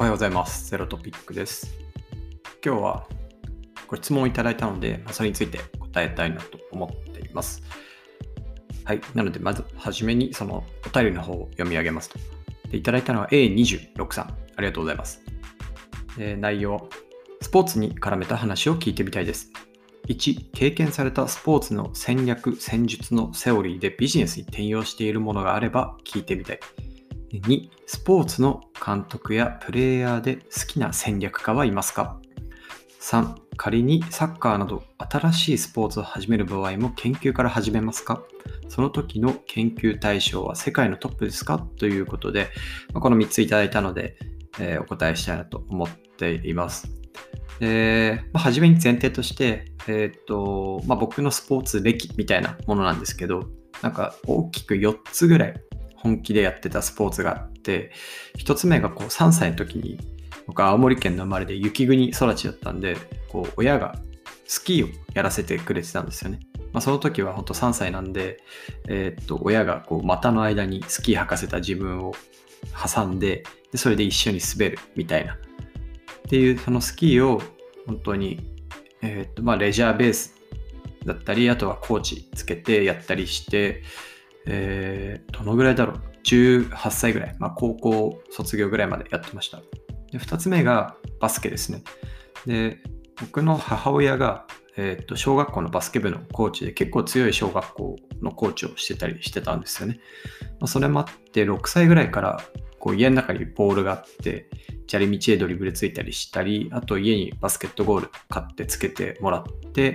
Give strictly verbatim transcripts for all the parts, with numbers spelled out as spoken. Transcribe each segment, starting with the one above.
おはようございます。ゼロトピックです。今日はご質問をいただいたので、それについて答えたいなと思っています。はい。なので、まずはじめにそのお便りの方を読み上げますと。でいただいたのは エーにじゅうろく さん。ありがとうございます。で内容、スポーツに絡めた話を聞いてみたいです。いち. 経験されたスポーツの戦略・戦術のセオリーでビジネスに転用しているものがあれば聞いてみたい。に. スポーツの監督やプレイヤーで好きな戦略家はいますか？ さん. 仮にサッカーなど新しいスポーツを始める場合も研究から始めますか？その時の研究対象は世界のトップですか？ということで、このみっついただいたので、えー、お答えしたいなと思っています。えーまあ、初めに前提として、えーっとまあ、僕のスポーツ歴みたいなものなんですけど、なんか大きくよっつぐらい本気でやってたスポーツがあって、一つ目がこうさんさいの時に、僕は青森県の生まれで雪国育ちだったんで、こう親がスキーをやらせてくれてたんですよね。まあ、その時は本当さんさいなんで、えーっと親がこう股の間にスキー履かせた自分を挟んで、でそれで一緒に滑るみたいな。っていうそのスキーを本当に、えーっとまあ、レジャーベースだったり、あとはコーチつけてやったりして、えー、どのぐらいだろうじゅうはっさいぐらい、まあ、高校卒業ぐらいまでやってました。でふたつめがバスケですね。で僕の母親が、えー、と小学校のバスケ部のコーチで結構強い小学校のコーチをしてたりしてたんですよね。まあ、それもあってろくさいぐらいからこう家の中にボールがあって砂利道へドリブルついたりしたり、あと家にバスケットゴール買ってつけてもらって、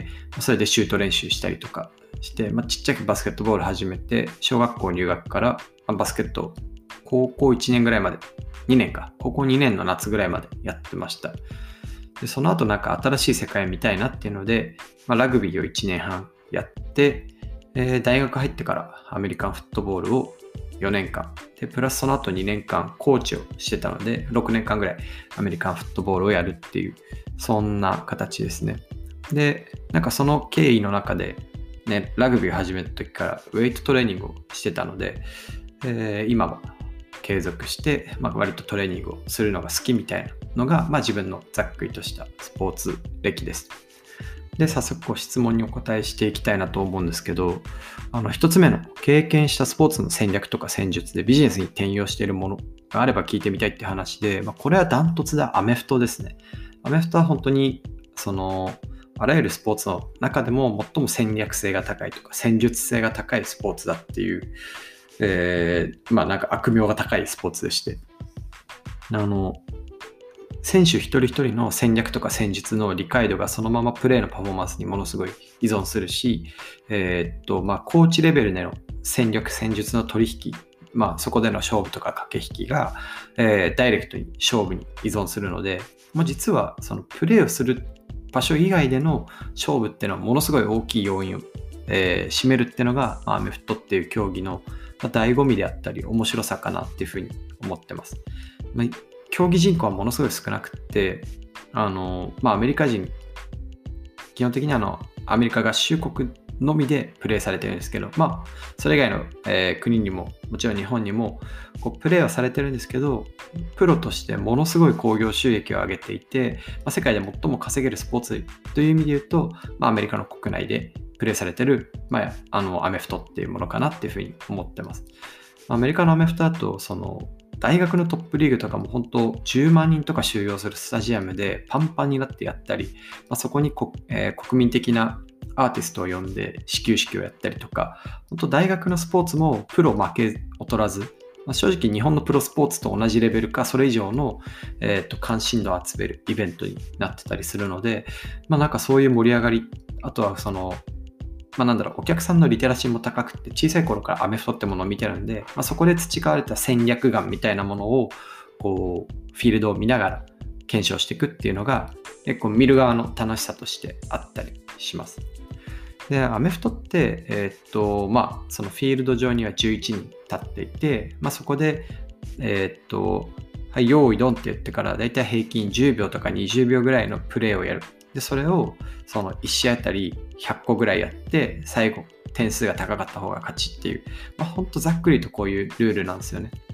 それでシュート練習したりとかして、まあ、ちっちゃくバスケットボール始めて、小学校入学から、まあ、バスケット高校いちねんぐらいまで、にねんか、高校にねんの夏ぐらいまでやってました。でその後なんか新しい世界見たいなっていうので、まあ、ラグビーをいちねんはんやって、えー、大学入ってからアメリカンフットボールをよねんかんで、プラスその後にねんかんコーチをしてたので、ろくねんかんぐらいアメリカンフットボールをやるっていう、そんな形ですね。で、なんかその経緯の中で、ね、ラグビーを始めた時からウェイトトレーニングをしてたので、えー、今は継続して、まあ、割とトレーニングをするのが好きみたいなのが、まあ、自分のざっくりとしたスポーツ歴です。で、早速ご質問にお答えしていきたいなと思うんですけど、あの一つ目の経験したスポーツの戦略とか戦術でビジネスに転用しているものがあれば聞いてみたいって話で、まあ、これはダントツだアメフトですね。アメフトは本当にそのあらゆるスポーツの中でも最も戦略性が高いとか戦術性が高いスポーツだっていう、えー、まあなんか悪名が高いスポーツでして、あの選手一人一人の戦略とか戦術の理解度がそのままプレーのパフォーマンスにものすごい依存するし、えーっとまあ、コーチレベルでの戦略戦術の取引、まあ、そこでの勝負とか駆け引きが、えー、ダイレクトに勝負に依存するので、もう実はそのプレーをする場所以外での勝負っていうのはものすごい大きい要因を、えー、占めるっていうのが、まあ、アメフトっていう競技の、まあ、醍醐味であったり面白さかなっていうふうに思ってます。まあ競技人口はものすごい少なくて、あの、まあ、アメリカ人、基本的にあの、アメリカ合衆国のみでプレーされてるんですけど、まあ、それ以外の、えー、国にも、もちろん日本にも、こうプレーはされてるんですけど、プロとしてものすごい興行収益を上げていて、まあ、世界で最も稼げるスポーツという意味で言うと、まあ、アメリカの国内でプレーされてる、まあ、あの、アメフトっていうものかなっていうふうに思ってます。アメリカのアメフトだと、その、大学のトップリーグとかも本当じゅうまんにんとか収容するスタジアムでパンパンになってやったり、まあ、そこにこ、えー、国民的なアーティストを呼んで始球式をやったりとか、本当大学のスポーツもプロ負け劣らず、まあ、正直日本のプロスポーツと同じレベルかそれ以上の、えー、と関心度を集めるイベントになってたりするので、まあ、なんかそういう盛り上がり、あとはそのまあ、なんだろうお客さんのリテラシーも高くて小さい頃からアメフトってものを見てるんで、まあ、そこで培われた戦略眼みたいなものをこうフィールドを見ながら検証していくっていうのが結構見る側の楽しさとしてあったりします。でアメフトって、えーっとまあ、そのフィールド上にはじゅういちにん立っていて、まあ、そこで、えーっとはい、用意ドンって言ってからだいたい平均じゅうびょうとかにじゅうびょうぐらいのプレーをやる。でそれをそのいち試合あたりひゃっこぐらいやって最後点数が高かった方が勝ちっていう、まあ、ほんとざっくりとこういうルールなんですよね。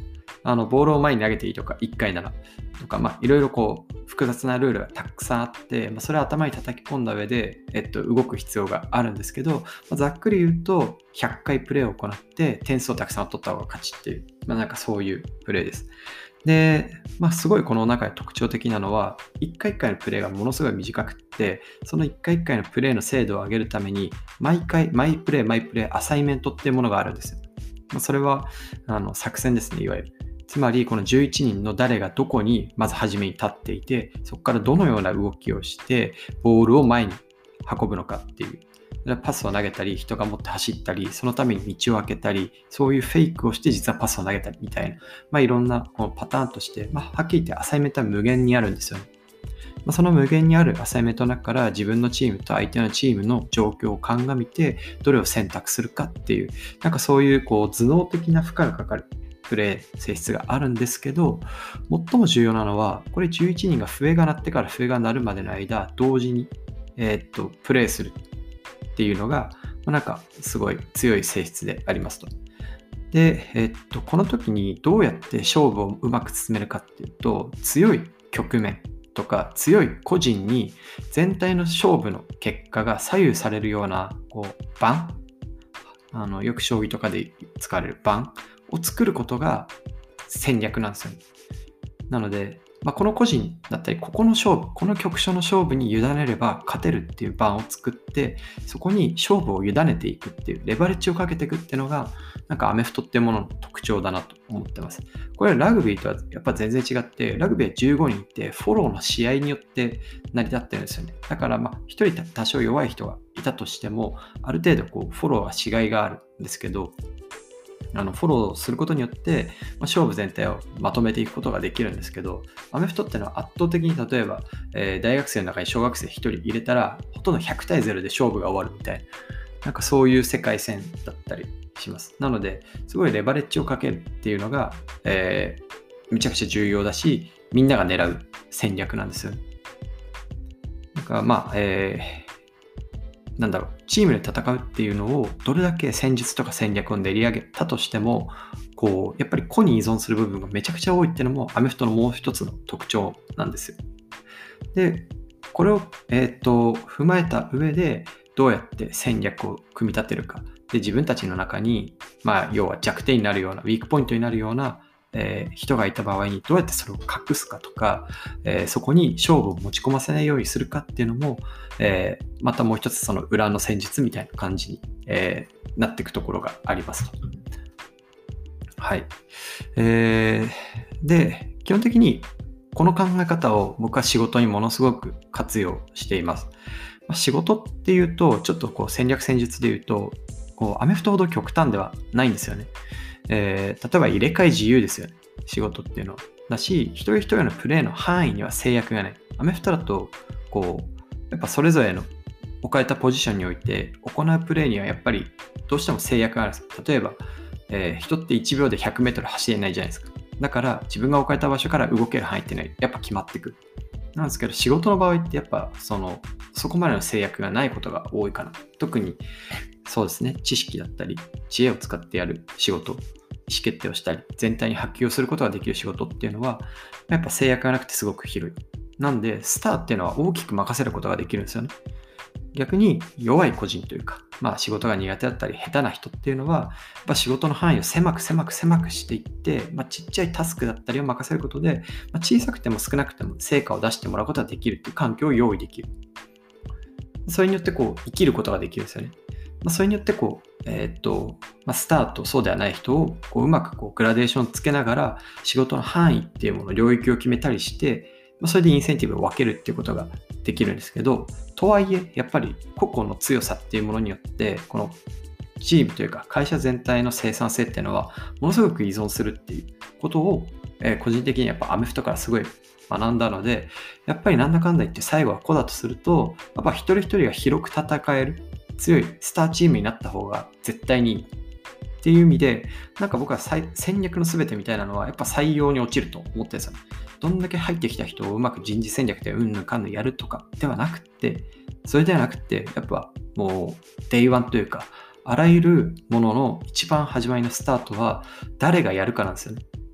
あのボールを前に投げていいとか、いっかいならとか、まあいろいろこう複雑なルールがたくさんあって、まあ、それを頭に叩き込んだ上で、えっと、動く必要があるんですけど、まあ、ざっくり言うとひゃっかいプレーを行って点数をたくさん取った方が勝ちっていう、まあ、なんかそういうプレーです。で、まあ、すごいこの中で特徴的なのは、一回一回のプレーがものすごい短くって、その一回一回のプレーの精度を上げるために、毎回、毎プレー、毎プレー、アサイメントっていうものがあるんですよ。まあ、それはあの作戦ですね、いわゆる。つまり、このじゅういちにんの誰がどこにまず初めに立っていて、そこからどのような動きをして、ボールを前に運ぶのかっていう。パスを投げたり、人が持って走ったり、そのために道を開けたり、そういうフェイクをして実はパスを投げたりみたいな、まあ、いろんなこのパターンとして、まあ、はっきり言ってアサイメントは無限にあるんですよね。まあ、その無限にあるアサイメントの中から自分のチームと相手のチームの状況を鑑みて、どれを選択するかっていう、なんかそういうこう頭脳的な負荷がかかるプレー性質があるんですけど、最も重要なのは、これじゅういちにんが笛が鳴ってから笛が鳴るまでの間、同時に、えーっとプレーするっていうのが、なんかすごい強い性質でありますと。で、えっと、この時にどうやって勝負をうまく進めるかっていうと、強い局面とか強い個人に全体の勝負の結果が左右されるようなこう盤、あのよく将棋とかで使われる盤を作ることが戦略なんですよね。なので、まあ、この個人だったり、ここの勝負、この局所の勝負に委ねれば勝てるっていう盤を作って、そこに勝負を委ねていくっていう、レバレッジをかけていくっていうのが、なんかアメフトっていうものの特徴だなと思ってます。これはラグビーとはやっぱ全然違って、ラグビーはじゅうごにんいて、フォローの試合によって成り立ってるんですよね。だからまあ、一人多少弱い人がいたとしても、ある程度こうフォローはしがいがあるんですけど、あのフォローすることによって、まあ、勝負全体をまとめていくことができるんですけど、アメフトってのは圧倒的に例えば、えー大学生の中に小学生ひとり入れたら、ほとんどひゃくたいゼロで勝負が終わるみたいな、なんかそういう世界線だったりします。なので、すごいレバレッジをかけるっていうのが、えー、めちゃくちゃ重要だし、みんなが狙う戦略なんですよね。だからまあ、えーなんだろう、チームで戦うっていうのをどれだけ戦術とか戦略を練り上げたとしても、こうやっぱり個に依存する部分がめちゃくちゃ多いっていうのもアメフトのもう一つの特徴なんですよ。で、これを、えー、と踏まえた上でどうやって戦略を組み立てるか。で、自分たちの中に、まあ、要は弱点になるような、ウィークポイントになるような、えー人がいた場合にどうやってそれを隠すかとか、えーそこに勝負を持ち込ませないようにするかっていうのも、えーまたもう一つその裏の戦術みたいな感じに、えーなっていくところがありますと。はい。えーで、基本的にこの考え方を僕は仕事にものすごく活用しています。まあ仕事っていうと、ちょっとこう戦略戦術で言うと、こうアメフトほど極端ではないんですよね。えー例えば入れ替え自由ですよね。仕事っていうのは。だし、一人一人のプレーの範囲には制約がない。アメフトだと、こう、やっぱそれぞれの置かれたポジションにおいて、行うプレーにはやっぱりどうしても制約があるんです。例えば、えー人っていちびょうでひゃくメートル走れないじゃないですか。だから自分が置かれた場所から動ける範囲っていうのはやっぱ決まってくる。なんですけど、仕事の場合ってやっぱそのそこまでの制約がないことが多いかな。特にそうですね、知識だったり知恵を使ってやる仕事、意思決定をしたり全体に発揮をすることができる仕事っていうのはやっぱ制約がなくてすごく広い。なんでスターっていうのは大きく任せることができるんですよね。逆に弱い個人というか、まあ仕事が苦手だったり下手な人っていうのは、やっぱ仕事の範囲を狭く狭く狭くしていって、まあ、ちっちゃいタスクだったりを任せることで、まあ、小さくても少なくても成果を出してもらうことができるっていう環境を用意できる。それによってこう生きることができるんですよね。まあ、それによってこう、えーっと、まあ、スターとそうではない人をこううまくこうグラデーションつけながら仕事の範囲っていうもの、領域を決めたりして、まあ、それでインセンティブを分けるっていうことができるんですけど、とはいえやっぱり個々の強さっていうものによってこのチームというか会社全体の生産性っていうのはものすごく依存するっていうことを、えー個人的にやっぱアメフトからすごい学んだので、やっぱりなんだかんだ言って最後は個だとすると、やっぱ一人一人が広く戦える強いスターチームになった方が絶対にいいっていう意味で、なんか僕は戦略の全てみたいなのはやっぱ採用に落ちると思ってるんですよ。どんだけ入ってきた人をうまく人事戦略でうんぬんかんぬんやるとかではなくて、それではなくて、やっぱもうデイワンというか、あらゆるものの一番始まりのスタートは誰がやるかなんですよね。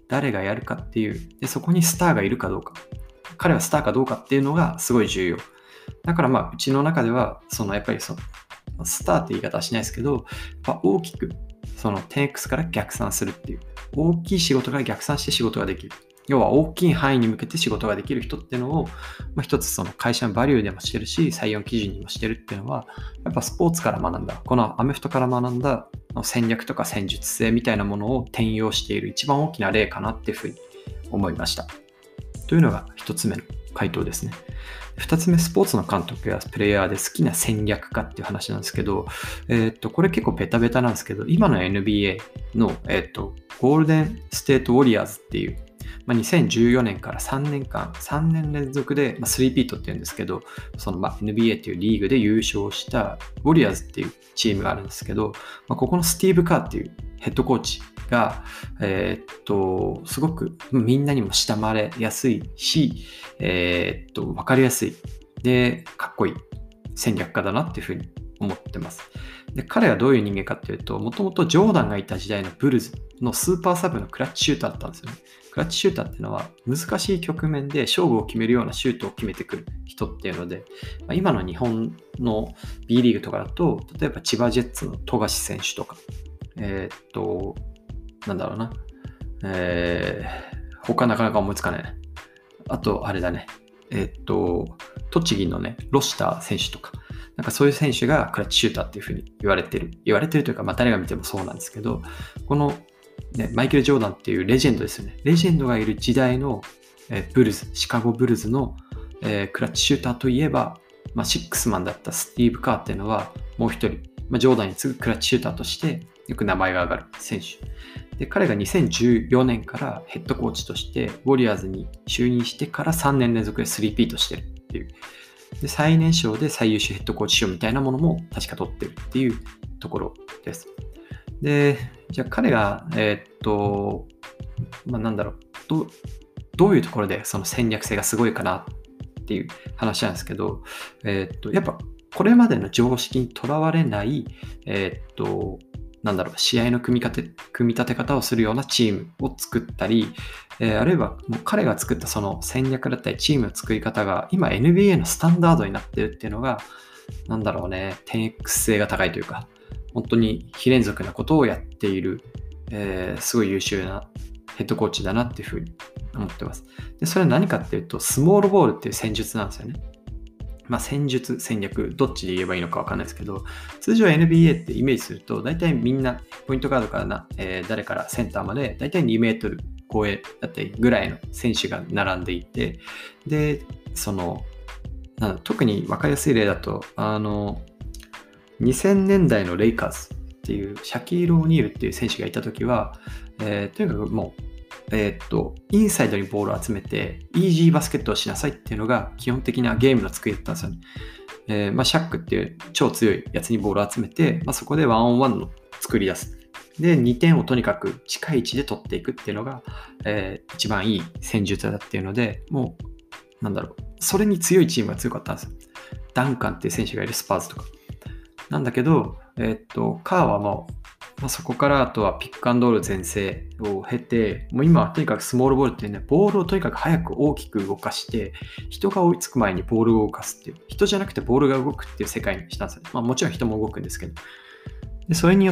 誰がやるかっていう、でそこにスターがいるかどうか、彼はスターかどうかっていうのがすごい重要。だからまあうちの中ではそのやっぱりそのスターって言い方はしないですけど、やっぱ大きくその テンエックス から逆算するっていう、大きい仕事から逆算して仕事ができる、要は大きい範囲に向けて仕事ができる人っていうのを、まあ、一つその会社のバリューでもしてるし、採用基準にもしてるっていうのは、やっぱスポーツから学んだ、このアメフトから学んだ戦略とか戦術性みたいなものを転用している一番大きな例かなっていうふうに思いました。というのが一つ目の回答ですね。二つ目、スポーツの監督やプレイヤーで好きな戦略家っていう話なんですけど、えー、っとこれ結構ベタベタなんですけど、今の エヌビーエー の、えー、っとゴールデンステートウォリアーズっていう、まあ、にせんじゅうよねんからさんねんかん、さんねん連続で、まあ、スリーピートっていうんですけど、そのまあ エヌビーエー っていうリーグで優勝したウォリアーズっていうチームがあるんですけど、まあ、ここのスティーブ・カーっていうヘッドコーチが、えー、っと、すごくみんなにも慕まれやすいし、えー、っと、わかりやすい。で、かっこいい戦略家だなっていうふうに思ってます。で、彼はどういう人間かっていうと、もともとジョーダンがいた時代のブルズのスーパーサブのクラッチシューターだったんですよね。クラッチシューターっていうのは難しい局面で勝負を決めるようなシュートを決めてくる人っていうので、まあ、今の日本の B リーグとかだと、例えば千葉ジェッツの富樫選手とか、えー、っと、なんだろうな、えー、他なかなか思いつかないね。あと、あれだね、えー、っと、栃木のね、ロシター選手とか、なんかそういう選手がクラッチシューターっていうふうに言われてる。言われてるというか、まあ、誰が見てもそうなんですけど、この、ね、マイケル・ジョーダンっていうレジェンドですよね。レジェンドがいる時代の、えー、ブルズ、シカゴブルズの、えー、クラッチシューターといえば、まあ、シックスマンだったスティーブ・カーっていうのはもう一人、まあ、ジョーダンに次ぐクラッチシューターとしてよく名前が挙がる選手。で、彼がにせんじゅうよねんからヘッドコーチとしてウォリアーズに就任してからさんねん連続でスリーピートしてるっていう。で、最年少で最優秀ヘッドコーチ賞みたいなものも確か取ってるっていうところです。で、じゃあ彼が、えー、っと、まあ、なんだろう、ど、どういうところでその戦略性がすごいかなっていう話なんですけど、えー、っと、やっぱこれまでの常識にとらわれない、えー、っと、なんだろう、試合の組み立て、組み立て方をするようなチームを作ったり、えー、あるいはもう彼が作ったその戦略だったりチームの作り方が今 エヌビーエー のスタンダードになってるっていうのが、なんだろうね、テンエックス 性が高いというか、本当に非連続なことをやっている、えー、すごい優秀なヘッドコーチだなっていうふうに思ってます。で、それは何かっていうと、スモールボールっていう戦術なんですよね。まあ、戦術、戦略、どっちで言えばいいのか分かんないですけど、通常 エヌビーエー ってイメージすると、大体みんな、ポイントガードからな、えー、誰からセンターまで、大体にメートル超えだったりぐらいの選手が並んでいて、で、その、なんだ特に分かりやすい例だと、あの、にせんねんだいのレイカーズっていうシャキール・オニールっていう選手がいたときは、えー、とにかくもう、えー、っと、インサイドにボールを集めて、イージーバスケットをしなさいっていうのが基本的なゲームの作りだったんですよね。えー、まあ、シャックっていう超強いやつにボールを集めて、まあ、そこでワンオンワンの作り出す。で、にてんをとにかく近い位置で取っていくっていうのが、えー、一番いい戦術だっていうので、もう、なんだろう、それに強いチームが強かったんですよ。ダンカンっていう選手がいるスパーズとか。なんだけど、えー、っと、カーはもう、まあ、そこからあとはピックアンドロール全盛を経て、もう今はとにかくスモールボールっていうね、ボールをとにかく早く大きく動かして、人が追いつく前にボールを動かすっていう、人じゃなくてボールが動くっていう世界にしたんですよ。まあもちろん人も動くんですけど。でそれによって、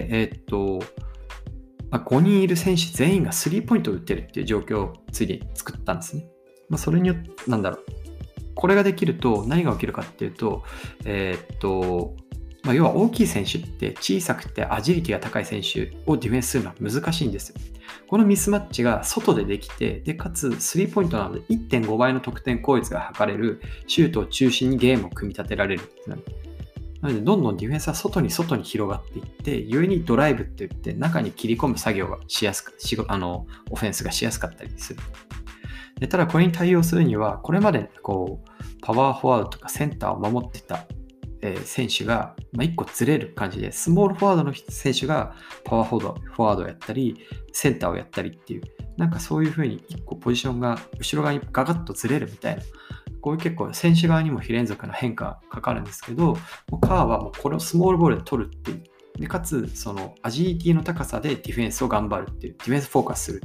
えー、っと、まあ、ごにんいる選手全員がスリーポイントを打ってるっていう状況をついに作ったんですね。まあ、それによって、なんだろう。これができると何が起きるかっていうと、えー、っと、まあ、要は大きい選手って小さくてアジリティが高い選手をディフェンスするのは難しいんですよ。このミスマッチが外でできて、でかつスリーポイントなので いってんご 倍の得点効率が測れるシュートを中心にゲームを組み立てられる。なのでどんどんディフェンスは外に外に広がっていって、故にドライブって言って中に切り込む作業がしやすく、あのオフェンスがしやすかったりする。でただこれに対応するには、これまでこうパワーフォワードとかセンターを守ってたえー、選手が、まあ、いっこずれる感じで、スモールフォワードの選手がパワーフォワード、フォワードをやったり、センターをやったりっていう、なんかそういう風にいっこポジションが後ろ側にガガッとずれるみたいな、こういう結構選手側にも非連続な変化がかかるんですけど、もうカーはもうこれをスモールボールで取るっていう、でかつそのアジリティの高さでディフェンスを頑張るっていう、ディフェンスフォーカスする。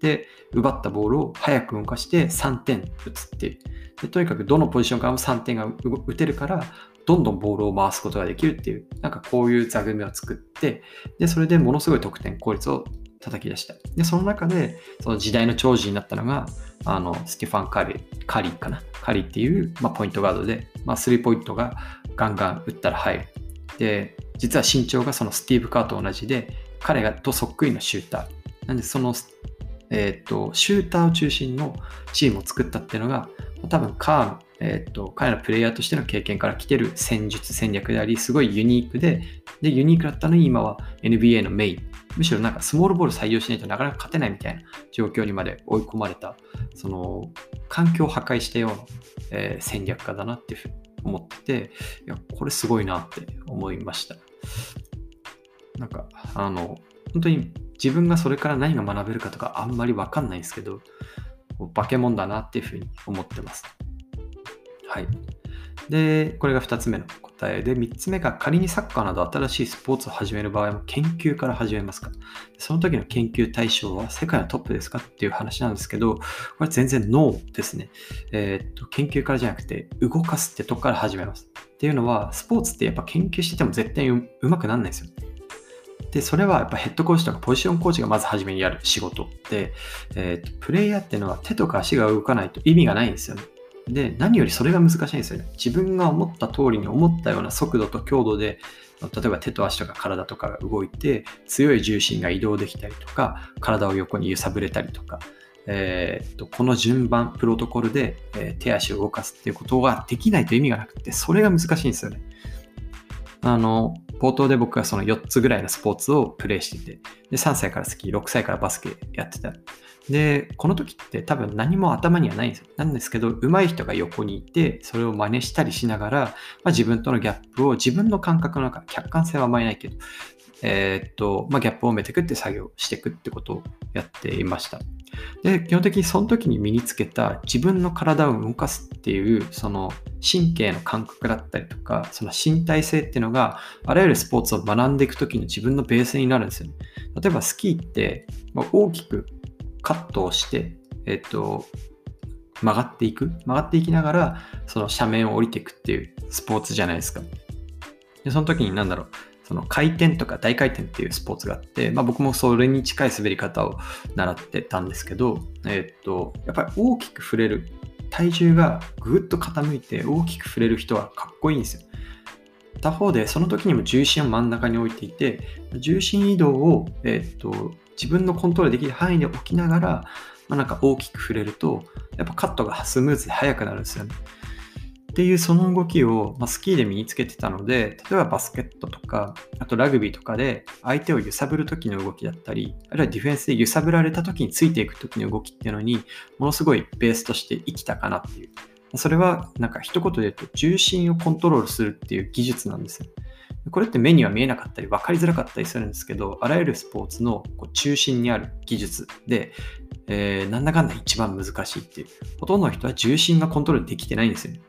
で、奪ったボールを早く動かしてさんてん打つっていう。でとにかくどのポジションからもさんてんが打てるから、どんどんボールを回すことができるっていう、なんかこういう座組みを作って、で、それでものすごい得点効率を叩き出した。で、その中で、その時代の寵児になったのが、あの、スティファン・カリー、カリーかな。カリーっていう、まあ、ポイントガードで、まあ、スリーポイントがガンガン打ったら入る。で、実は身長がそのスティーブ・カーと同じで、彼がとそっくりのシューター。なんで、その、えっと、シューターを中心のチームを作ったっていうのが、多分カーン、えっと、彼のプレイヤーとしての経験から来てる戦術戦略であり、すごいユニークで、で、ユニークだったのに今は エヌビーエー のメイン。むしろなんかスモールボール採用しないとなかなか勝てないみたいな状況にまで追い込まれた、その環境を破壊したような、えー、戦略家だなっていうふうに思ってて、いや、これすごいなって思いました。なんか、あの、本当に自分がそれから何が学べるかとかあんまりわかんないんですけど、化け物だなっていうふうに思ってます。はい。で、これがふたつめの答えで、みっつめが仮にサッカーなど新しいスポーツを始める場合も研究から始めますか？その時の研究対象は世界のトップですかっていう話なんですけど、これ全然ノーですね。えーっと、研究からじゃなくて動かすってとこから始めます。っていうのは、スポーツってやっぱ研究してても絶対うまくならないんですよ。で、それはやっぱヘッドコーチとかポジションコーチがまず初めにやる仕事で、えーっと、プレイヤーっていうのは手とか足が動かないと意味がないんですよね。で、何よりそれが難しいんですよね。自分が思った通りに思ったような速度と強度で、例えば手と足とか体とかが動いて、強い重心が移動できたりとか、体を横に揺さぶれたりとか、えー、っとこの順番、プロトコルで、えー、手足を動かすっていうことができないと意味がなくて、それが難しいんですよね。あの、冒頭で僕はそのよっつぐらいのスポーツをプレイしてて、でさんさいからスキー、ろくさいからバスケやってた。で、この時って多分何も頭にはないんですよ。なんですけど、上手い人が横にいて、それを真似したりしながら、まあ、自分とのギャップを自分の感覚の中、客観性はあまりないけど、えー、っと、まあ、ギャップを埋めていくって作業をしていくってことをやっていました。で、基本的にその時に身につけた自分の体を動かすっていう、その神経の感覚だったりとか、その身体性っていうのが、あらゆるスポーツを学んでいく時の自分のベースになるんですよね。例えばスキーって、まあ、大きくカットをして、えっと、曲がっていく曲がっていきながら、その斜面を降りていくっていうスポーツじゃないですか。で、その時に何だろう、その回転とか大回転っていうスポーツがあって、まあ僕もそれに近い滑り方を習ってたんですけど、えっと、やっぱり大きく触れる、体重がぐーっと傾いて大きく触れる人はかっこいいんですよ。他方で、その時にも重心を真ん中に置いていて、重心移動を、えっと、自分のコントロールできる範囲で置きながら、まあ、なんか大きく触れると、やっぱカットがスムーズで速くなるんですよね。っていうその動きを、まあ、スキーで身につけてたので、例えばバスケットとか、あとラグビーとかで相手を揺さぶる時の動きだったり、あるいはディフェンスで揺さぶられた時についていく時の動きっていうのに、ものすごいベースとして生きたかなっていう。それはなんか一言で言うと重心をコントロールするっていう技術なんですよ。これって目には見えなかったり分かりづらかったりするんですけど、あらゆるスポーツのこう中心にある技術で、えー、なんだかんだ一番難しいっていう。ほとんどの人は重心がコントロールできてないんですよね。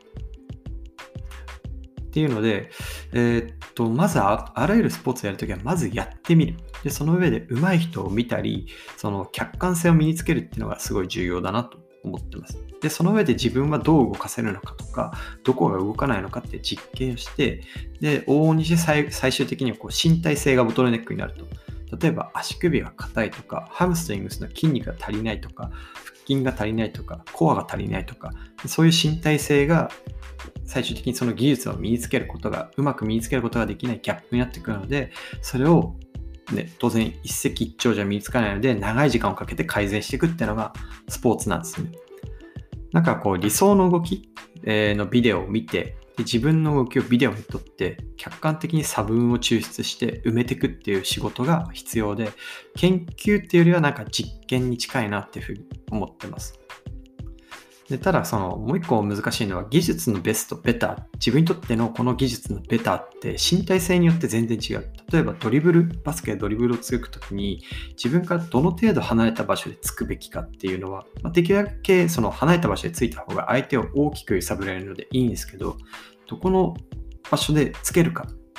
っていうので、えー、っと、まず あ, あらゆるスポーツをやるときは、まずやってみる。で、その上で上手い人を見たり、その客観性を身につけるっていうのがすごい重要だなと思ってます。で、その上で自分はどう動かせるのかとか、どこが動かないのかって実験をして、で、往々にして最最終的にはこう身体性がボトルネックになると。例えば足首が硬いとか、ハムストリングスの筋肉が足りないとか、腹筋が足りないとか、コアが足りないとか、そういう身体性が最終的にその技術を身につけることが、うまく身につけることができないギャップになってくるので、それを、ね、当然一石一鳥じゃ身につかないので、長い時間をかけて改善していくっていうのがスポーツなんですね。なんかこう理想の動きのビデオを見て、で自分の動きをビデオに撮って客観的に差分を抽出して埋めていくっていう仕事が必要で、研究っていうよりはなんか実験に近いなっていうふうに思ってます。でただそのもう一個難しいのは技術のベスト、ベター。自分にとってのこの技術のベターって身体性によって全然違う。例えばドリブル、バスケでドリブルをつくときに自分からどの程度離れた場所でつくべきかっていうのは、まあ、できるだけその離れた場所でついた方が相手を大きく揺さぶられるのでいいんですけど、どこの場所でつけるかっ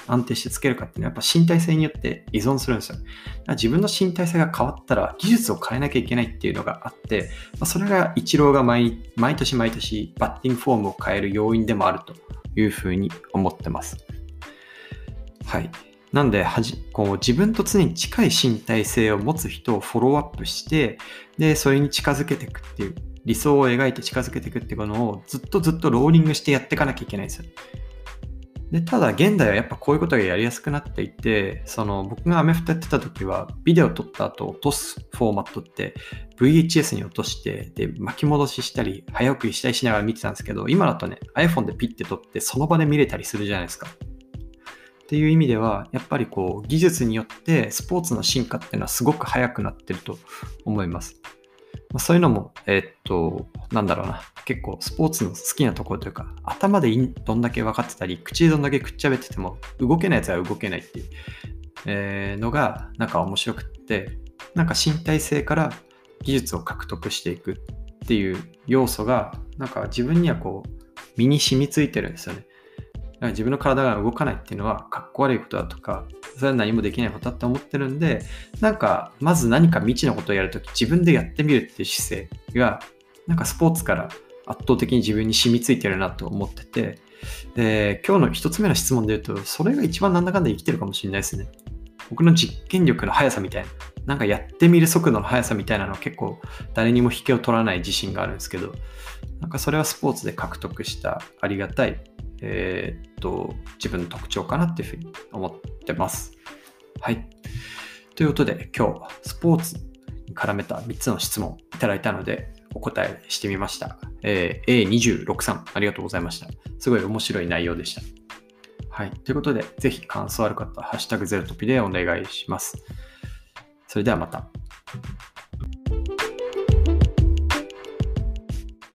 安定してつけるかっていうのはやっぱ身体性によって依存するんですよ。だから自分の身体性が変わったら技術を変えなきゃいけないっていうのがあって、まあ、それがイチローが 毎, 毎年毎年バッティングフォームを変える要因でもあるというふうに思ってます。はい。なんではじこう自分と常に近い身体性を持つ人をフォローアップして、でそれに近づけていくっていう理想を描いて近づけていくっていうのをずっとずっとローリングしてやっていかなきゃいけないんですよ。でただ現代はやっぱこういうことがやりやすくなっていて、その僕がアメフトやってた時はビデオ撮った後落とすフォーマットって ブイエイチエス に落としてで巻き戻ししたり早送りしたりしながら見てたんですけど、今だとね iPhone でピッて撮ってその場で見れたりするじゃないですか。っていう意味ではやっぱりこう技術によってスポーツの進化っていうのはすごく速くなってると思います。まあ、そういうのもえー、っとなんだろうな、結構スポーツの好きなところというか、頭でどんだけ分かってたり口でどんだけくっちゃべってても動けないやつは動けないっていう、えー、のがなんか面白くって、なんか身体性から技術を獲得していくっていう要素がなんか自分にはこう身に染みついてるんですよね。自分の体が動かないっていうのはかっこ悪いことだとか、それは何もできないことだって思ってるんで、なんかまず何か未知のことをやるとき自分でやってみるっていう姿勢がなんかスポーツから圧倒的に自分に染みついてるなと思ってて、で今日の一つ目の質問で言うと、それが一番なんだかんだ生きてるかもしれないですね。僕の実験力の速さみたいな、なんかやってみる速度の速さみたいなのは結構誰にも引けを取らない自信があるんですけど、なんかそれはスポーツで獲得したありがたいえー、っと自分の特徴かなっていうふうに思ってます。はい。ということで今日スポーツに絡めたみっつの質問いただいたのでお答えしてみました。えー、エーにじゅうろく さんありがとうございました。すごい面白い内容でした。はい。ということでぜひ感想ある方ハッシュタグゼロトピでお願いします。それではまた。